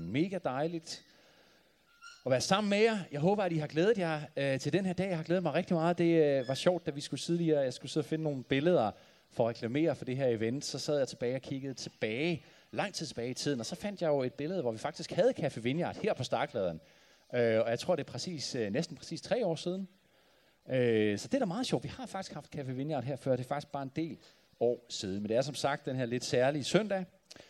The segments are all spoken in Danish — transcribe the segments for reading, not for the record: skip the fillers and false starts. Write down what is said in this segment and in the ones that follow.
mega dejligt at være sammen med jer. Jeg håber, at I har glædet jer til den her dag. Jeg har glædet mig rigtig meget. Det var sjovt, da vi skulle sidde lige, jeg skulle sidde og finde nogle billeder for at reklamere for det her event. Så sad jeg tilbage og kiggede tilbage, lang tid tilbage i tiden, og så fandt jeg jo et billede, hvor vi faktisk havde Café Vineyard her på Starkladeren. Og jeg tror, det er næsten præcis 3 år siden. Så det er da meget sjovt. Vi har faktisk haft Café Vineyard her før. Det er faktisk bare en del år siden. Men det er som sagt den her lidt særlige søndag.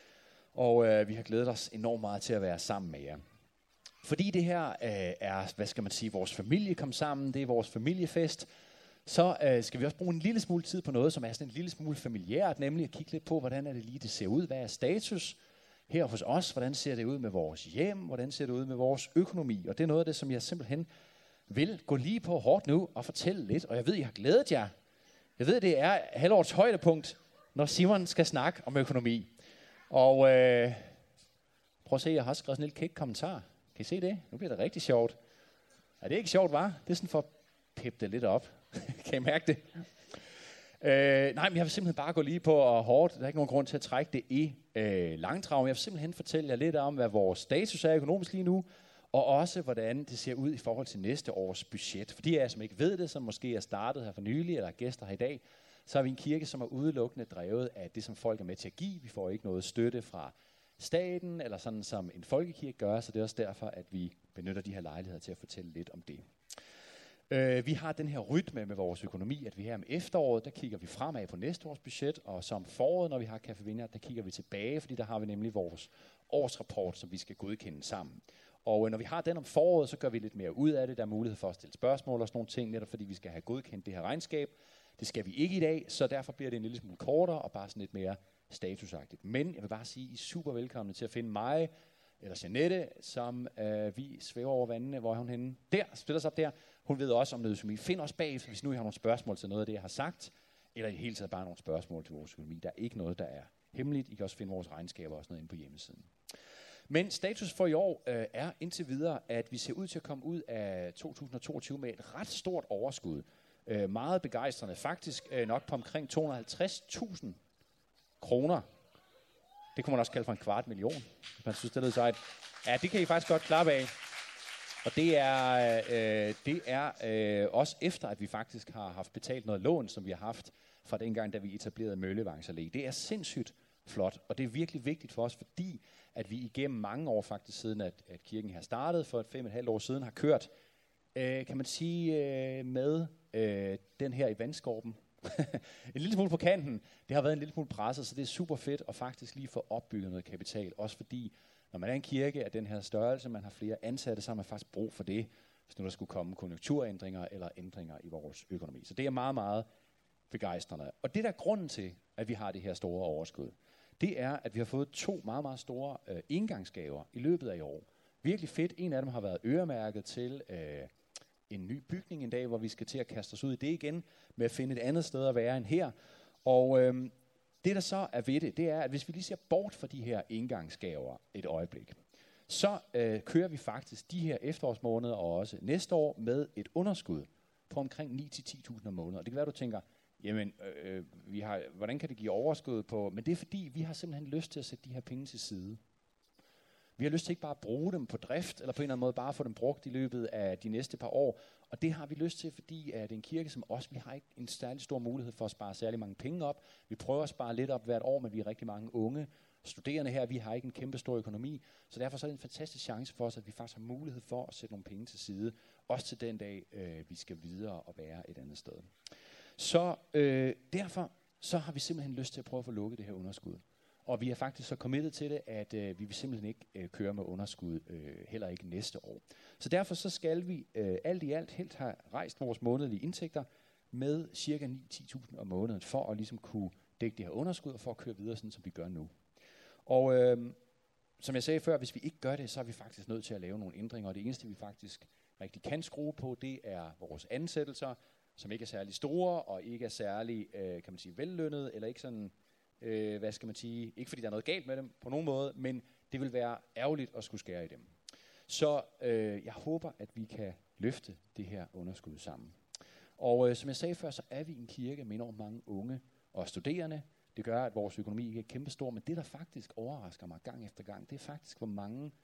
Og vi har glædet os enormt meget til at være sammen med jer. Fordi det her er, hvad skal man sige, vores familie kom sammen. Det er vores familiefest. Så skal vi også bruge en lille smule tid på noget, som er sådan en lille smule familiært. Nemlig at kigge lidt på, hvordan er det lige, det ser ud. Hvad er status her hos os? Hvordan ser det ud med vores hjem? Hvordan ser det ud med vores økonomi? Og det er noget af det, som jeg simpelthen vil gå lige på hårdt nu og fortælle lidt. Og jeg ved, I har glædet jer. Jeg ved, det er halvårets højdepunkt, når Simon skal snakke om økonomi. Og prøv at se, jeg har skrevet sådan en lille kæk kommentar. Kan I se det? Nu bliver det rigtig sjovt. Er det ikke sjovt, var? Det er sådan for at peppe det lidt op. Kan I mærke det? Nej, men jeg vil simpelthen bare gå lige på og hårdt. Der er ikke nogen grund til at trække det i langdrag. Jeg vil simpelthen fortælle jer lidt om, hvad vores status er økonomisk lige nu. Og også, hvordan det ser ud i forhold til næste års budget. For de af jer, som ikke ved det, som måske er startet her for nylig, eller er gæster her i dag, så er vi en kirke, som er udelukkende drevet af det, som folk er med til at give. Vi får ikke noget støtte fra staten, eller sådan som en folkekirke gør, så det er også derfor, at vi benytter de her lejligheder til at fortælle lidt om det. Vi har den her rytme med vores økonomi, at vi her om efteråret, der kigger vi fremad på næste års budget, og som foråret, når vi har Café Vineyard, der kigger vi tilbage, fordi der har vi nemlig vores årsrapport, som vi skal godkende sammen. Og når vi har den om foråret, så gør vi lidt mere ud af det. Der er mulighed for at stille spørgsmål og sådan nogle ting, netop fordi vi skal have godkendt det her regnskab. Det skal vi ikke i dag, så derfor bliver det en lille smule kortere og bare sådan lidt mere statusagtigt. Men jeg vil bare sige, I er super velkomne til at finde mig eller Jeanette, som vi svæver over vandene. Hvor er hun henne? Der, spiller sig op der. Hun ved også om noget økonomi. Find os bagefter, hvis nu I har nogle spørgsmål til noget af det, jeg har sagt. Eller i det hele taget bare nogle spørgsmål til vores økonomi. Der er ikke noget, der er hemmeligt. I kan også finde vores regnskaber og sådan noget inde på hjemmesiden. Men status for i år er indtil videre, at vi ser ud til at komme ud af 2022 med et ret stort overskud. Meget begejstrende. Faktisk nok på omkring 250.000 kroner. Det kunne man også kalde for 250.000, hvis man synes, det lyder sejt. Ja, det kan I faktisk godt klappe af. Og det er også efter, at vi faktisk har haft betalt noget lån, som vi har haft fra dengang, da vi etablerede Møllevangs Allé. Det er sindssygt flot, og det er virkelig vigtigt for os, fordi at vi igennem mange år faktisk siden, at kirken har startet for 5,5 år siden, har kørt, kan man sige, med den her i vandskorpen. En lille smule på kanten. Det har været en lille smule presset, så det er super fedt at faktisk lige få opbygget noget kapital. Også fordi, når man er en kirke af den her størrelse, man har flere ansatte, så har man faktisk brug for det, hvis nu der skulle komme konjunkturændringer eller ændringer i vores økonomi. Så det er meget, meget begejstrende. Og det der er grunden til, at vi har det her store overskud, det er, at vi har fået 2 meget, meget store indgangsgaver i løbet af i år. Virkelig fedt. En af dem har været øremærket til en ny bygning en dag, hvor vi skal til at kaste os ud i det igen, med at finde et andet sted at være end her. Og det der så er ved det, det er, at hvis vi lige ser bort fra de her indgangsgaver et øjeblik, så kører vi faktisk de her efterårsmåneder og også næste år med et underskud på omkring 9-10.000 om måneden. Og det kan være, du tænker, jamen, hvordan kan det give overskud på? Men det er fordi, vi har simpelthen lyst til at sætte de her penge til side. Vi har lyst til ikke bare at bruge dem på drift, eller på en eller anden måde bare få dem brugt i løbet af de næste par år. Og det har vi lyst til, fordi at en kirke som os, vi har ikke en særlig stor mulighed for at spare særlig mange penge op. Vi prøver at spare lidt op hvert år, men vi er rigtig mange unge studerende her. Vi har ikke en kæmpe stor økonomi, så derfor så er det en fantastisk chance for os, at vi faktisk har mulighed for at sætte nogle penge til side. Også til den dag, vi skal videre og være et andet sted. Så derfor så har vi simpelthen lyst til at prøve at få lukket det her underskud. Og vi er faktisk så committed til det, at vi vil simpelthen ikke køre med underskud, heller ikke næste år. Så derfor så skal vi alt i alt helt have rejst vores månedlige indtægter med cirka 9-10.000 om måneden, for at ligesom kunne dække det her underskud, og for at køre videre, sådan som vi gør nu. Og som jeg sagde før, hvis vi ikke gør det, så er vi faktisk nødt til at lave nogle ændringer, og det eneste vi faktisk rigtig kan skrue på, det er vores ansættelser, som ikke er særlig store, og ikke er særlig, kan man sige, vellønnet, eller ikke sådan, hvad skal man sige, ikke fordi der er noget galt med dem på nogen måde, men det vil være ærgerligt at skulle skære i dem. Så jeg håber, at vi kan løfte det her underskud sammen. Og som jeg sagde før, så er vi en kirke med enormt mange unge og studerende. Det gør, at vores økonomi ikke er kæmpestor, men det, der faktisk overrasker mig gang efter gang, det er faktisk, hvor mange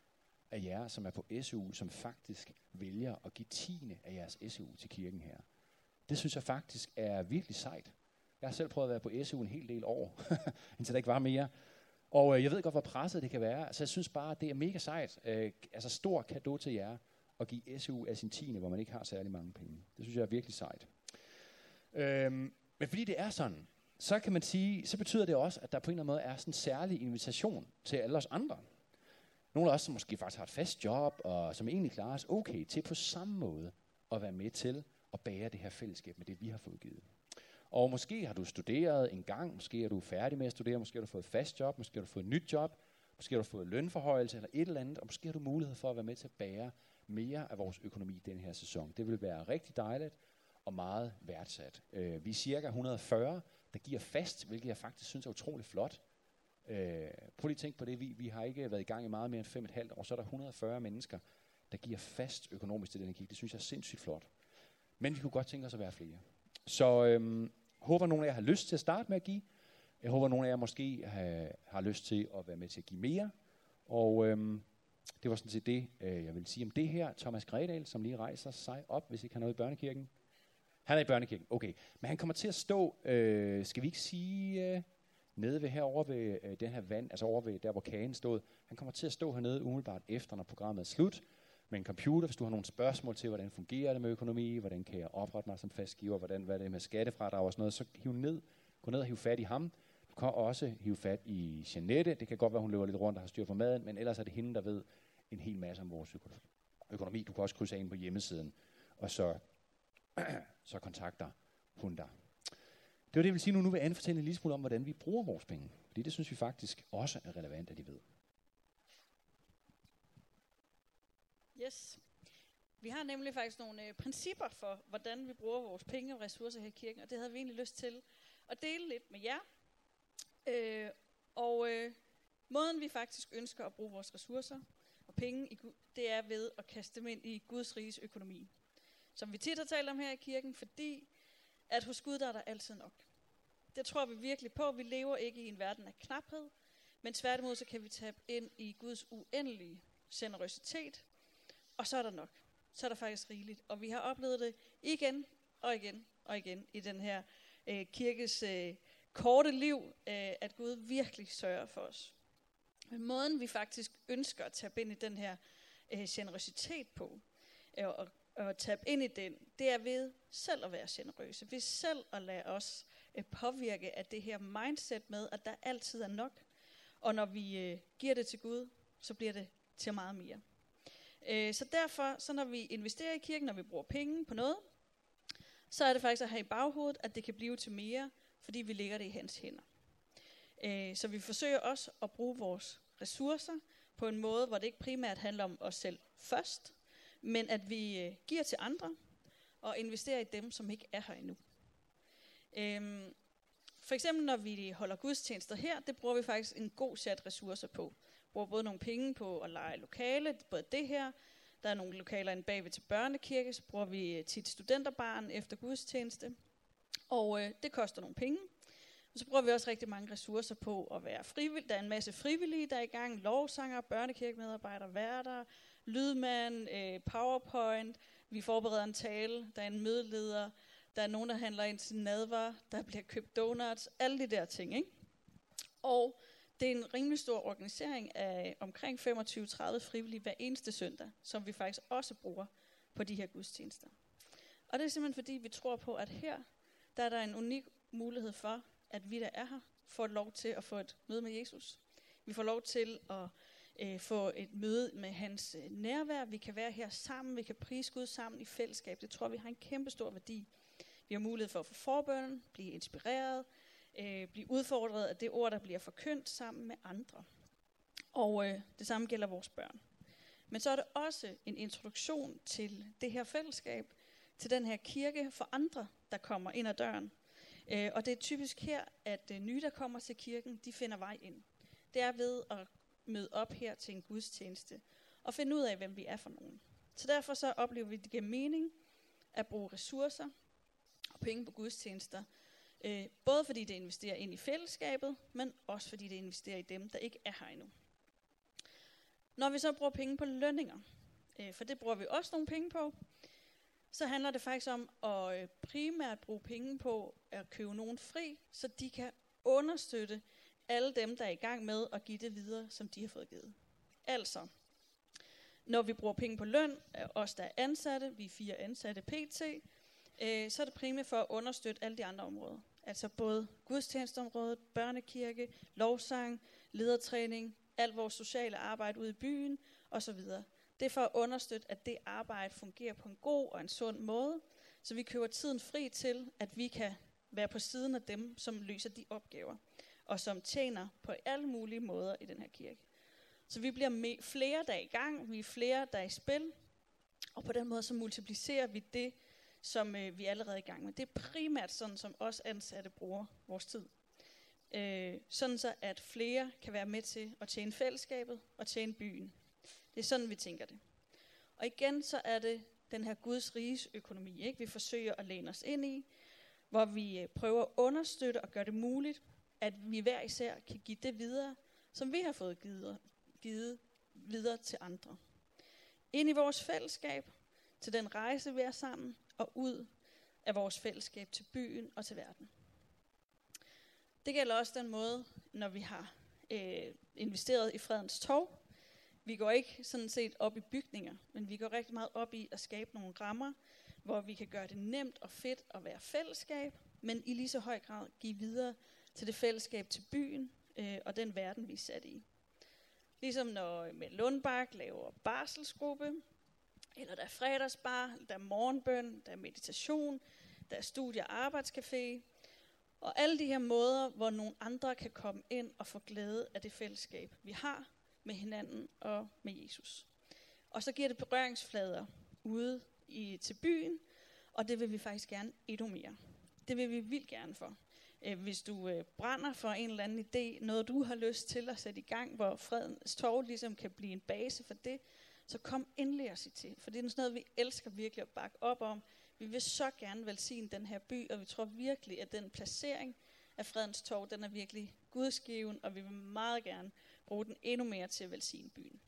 af jer, som er på SU, som faktisk vælger at give 10. af jeres SU til kirken her. Det synes jeg faktisk er virkelig sejt. Jeg har selv prøvet at være på SU en hel del år, indtil der ikke var mere. Og jeg ved godt, hvor presset det kan være. Så jeg synes bare, at det er mega sejt. Altså stor cadeau til jer at give SU af sin 10. hvor man ikke har særlig mange penge. Det synes jeg er virkelig sejt. Men fordi det er sådan, så kan man sige, så betyder det også, at der på en eller anden måde er sådan en særlig invitation til alle os andre. Nogle af os, som måske faktisk har et fast job, og som egentlig klarer os okay til på samme måde at være med til at bære det her fællesskab med det, vi har fået givet. Og måske har du studeret en gang, måske er du færdig med at studere, måske har du fået et fast job, måske har du fået et nyt job, måske har du fået lønforhøjelse eller et eller andet, og måske har du mulighed for at være med til at bære mere af vores økonomi den her sæson. Det vil være rigtig dejligt og meget værdsat. Vi er cirka 140, der giver fast, hvilket jeg faktisk synes er utroligt flot. Prøv lige at tænke på det, vi har ikke været i gang i meget mere end 5,5 år, så er der 140 mennesker, der giver fast økonomisk til den her kirke. Det synes jeg er sindssygt flot. Men vi kunne godt tænke os at være flere. Så håber nogle af jer har lyst til at starte med at give. Jeg håber nogle af jer måske har lyst til at være med til at give mere. Og det var sådan set det, jeg vil sige om det her. Thomas Gredal, som lige rejser sig op, hvis ikke han er ude i børnekirken. Han er i børnekirken, okay. Men han kommer til at stå, skal vi ikke sige, nede ved herovre ved den her vand, altså over ved der, hvor kagen stod. Han kommer til at stå hernede umiddelbart efter, når programmet er slut, med en computer, hvis du har nogle spørgsmål til, hvordan fungerer det med økonomi, hvordan kan jeg oprette mig som fastgiver, hvad er det med skattefradrag og sådan noget, så gå ned og hiv fat i ham. Du kan også hive fat i Jeanette. Det kan godt være, hun løber lidt rundt og har styr på maden, men ellers er det hende, der ved en hel masse om vores økonomi. Du kan også krydse af ind på hjemmesiden, og så kontakter hun dig. Det var det, jeg vil sige nu. Nu vil Anne fortælle en lille smule om, hvordan vi bruger vores penge. Fordi det synes vi faktisk også er relevant, at de ved. Yes. Vi har nemlig faktisk nogle principper for, hvordan vi bruger vores penge og ressourcer her i kirken, og det havde vi egentlig lyst til at dele lidt med jer. Måden vi faktisk ønsker at bruge vores ressourcer og penge, det er ved at kaste dem ind i Guds riges økonomi. Som vi tit har talt om her i kirken, fordi at hos Gud der er der altid nok. Det tror vi virkelig på. Vi lever ikke i en verden af knaphed, men tværtimod så kan vi tabe ind i Guds uendelige generøsitet, og så er der nok. Så er der faktisk rigeligt. Og vi har oplevet det igen og igen og igen i den her kirkes korte liv, at Gud virkelig sørger for os. Men måden vi faktisk ønsker at tabe ind i den her generøsitet på, og tabe ind i den, det er ved selv at være generøse. Ved selv at lade os påvirke af det her mindset med, at der altid er nok. Og når vi giver det til Gud, så bliver det til meget mere. Så derfor, så når vi investerer i kirken, når vi bruger penge på noget, så er det faktisk at have i baghovedet, at det kan blive til mere, fordi vi lægger det i hans hænder. Så vi forsøger også at bruge vores ressourcer på en måde, hvor det ikke primært handler om os selv først, men at vi giver til andre og investerer i dem, som ikke er her endnu. For eksempel når vi holder gudstjenester her, det bruger vi faktisk en god sæt ressourcer på. Vi bruger både nogle penge på at leje lokale, både det her, der er nogle lokaler inde bagved til børnekirke, så bruger vi tit studenterbarn efter gudstjeneste, og det koster nogle penge. Og så bruger vi også rigtig mange ressourcer på at være frivillige. Der er en masse frivillige, der er i gang. Lovsanger, børnekirkemedarbejdere, værter, lydmand, PowerPoint. Vi forbereder en tale. Der er en mødeleder. Der er nogen, der handler ind til nadver. Der bliver købt donuts. Alle de der ting, ikke? Og det er en rimelig stor organisering af omkring 25-30 frivillige hver eneste søndag, som vi faktisk også bruger på de her gudstjenester. Og det er simpelthen fordi, vi tror på, at her der er der en unik mulighed for, at vi, der er her, får lov til at få et møde med Jesus. Vi får lov til at få et møde med hans nærvær. Vi kan være her sammen. Vi kan prise Gud sammen i fællesskab. Det tror vi har en kæmpe stor værdi. Vi har mulighed for at få forbøn, blive inspireret, blive udfordret af det ord, der bliver forkyndt sammen med andre. Og det samme gælder vores børn. Men så er det også en introduktion til det her fællesskab, til den her kirke for andre, der kommer ind ad døren. Og det er typisk her, at nye, der kommer til kirken, de finder vej ind. Det er ved at møde op her til en gudstjeneste og finde ud af, hvem vi er for nogen. Så derfor så oplever vi, at det giver mening at bruge ressourcer og penge på gudstjenester. Både fordi det investerer ind i fællesskabet, men også fordi det investerer i dem, der ikke er her endnu. Når vi så bruger penge på lønninger, for det bruger vi også nogle penge på, så handler det faktisk om at primært bruge penge på at købe nogen fri, så de kan understøtte alle dem, der er i gang med at give det videre, som de har fået givet. Altså, når vi bruger penge på løn, os der er ansatte, vi er 4 ansatte pt., så er det primært for at understøtte alle de andre områder. Altså både gudstjenesteområdet, børnekirke, lovsang, ledertræning, alt vores sociale arbejde ude i byen osv. Det er for at understøtte, at det arbejde fungerer på en god og en sund måde, så vi køber tiden fri til, at vi kan være på siden af dem, som løser de opgaver, og som tjener på alle mulige måder i den her kirke. Så vi bliver flere, der er i gang, vi er flere, der er i spil, og på den måde så multiplicerer vi det, som vi er allerede i gang med. Det er primært sådan, som os ansatte bruger vores tid. Sådan så, at flere kan være med til at tjene fællesskabet og tjene byen. Det er sådan, vi tænker det. Og igen, så er det den her Guds riges økonomi, ikke? Vi forsøger at læne os ind i, hvor vi prøver at understøtte og gøre det muligt, at vi hver især kan give det videre, som vi har fået givet videre til andre. Ind i vores fællesskab, til den rejse, vi er sammen, og ud af vores fællesskab til byen og til verden. Det gælder også den måde, når vi har investeret i Fredens Torv. Vi går ikke sådan set op i bygninger, men vi går rigtig meget op i at skabe nogle rammer, hvor vi kan gøre det nemt og fedt at være fællesskab, men i lige så høj grad give videre til det fællesskab til byen og den verden, vi er sat i. Ligesom når med Lundbak laver barselsgruppe, eller der er fredagsbar, der er morgenbøn, der er meditation, der er studie- og arbejdscafé, og alle de her måder, hvor nogle andre kan komme ind og få glæde af det fællesskab, vi har med hinanden og med Jesus. Og så giver det berøringsflader ude til byen, og det vil vi faktisk gerne endnu mere. Det vil vi vildt gerne for. Hvis du brænder for en eller anden idé, noget du har lyst til at sætte i gang, hvor Fredens Torv ligesom kan blive en base for det, så kom endelig os til. For det er sådan noget, vi elsker virkelig at bakke op om. Vi vil så gerne velsigne den her by, og vi tror virkelig, at den placering af Fredens Torv, den er virkelig gudsgiven, og vi vil meget gerne bruge den endnu mere til at velsigne byen.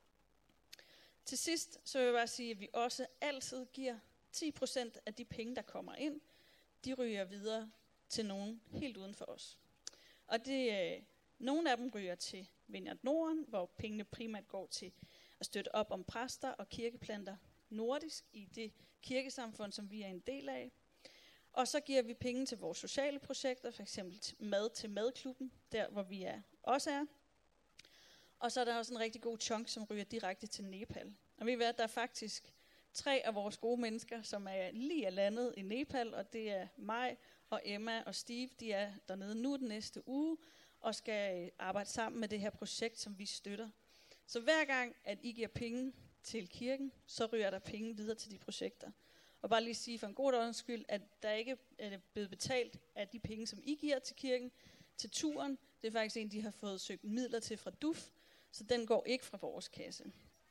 Til sidst, så vil jeg bare sige, at vi også altid giver 10% af de penge, der kommer ind, de ryger videre til nogen helt uden for os. Og nogle af dem ryger til Vineyard Norden, hvor pengene primært går til at støtte op om præster og kirkeplanter nordisk i det kirkesamfund, som vi er en del af. Og så giver vi penge til vores sociale projekter, f.eks. mad til madklubben, der hvor vi også er. Og så er der også en rigtig god chunk, som ryger direkte til Nepal. Og ved I hvad, der er faktisk 3 af vores gode mennesker, som er lige landet i Nepal, og det er mig og Emma og Steve, de er dernede nu den næste uge, og skal arbejde sammen med det her projekt, som vi støtter. Så hver gang, at I giver penge til kirken, så ryger der penge videre til de projekter. Og bare lige sige for en god ordens skyld, at der ikke er blevet betalt af de penge, som I giver til kirken, til turen. Det er faktisk en, de har fået søgt midler til fra DUF, så den går ikke fra vores kasse.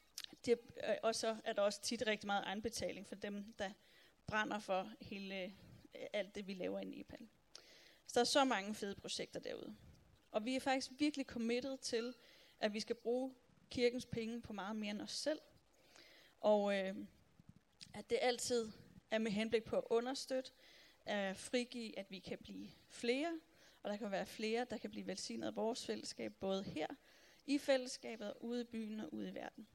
Og så er der også tit rigtig meget egenbetaling for dem, der brænder for alt det, vi laver i Nepal. Så der er så mange fede projekter derude. Og vi er faktisk virkelig committed til, at vi skal bruge kirkens penge på meget mere end os selv. Og at det altid er med henblik på at understøtte, at frigive, at vi kan blive flere, og der kan være flere, der kan blive velsignet af vores fællesskab, både her i fællesskabet, ude i byen og ude i verden.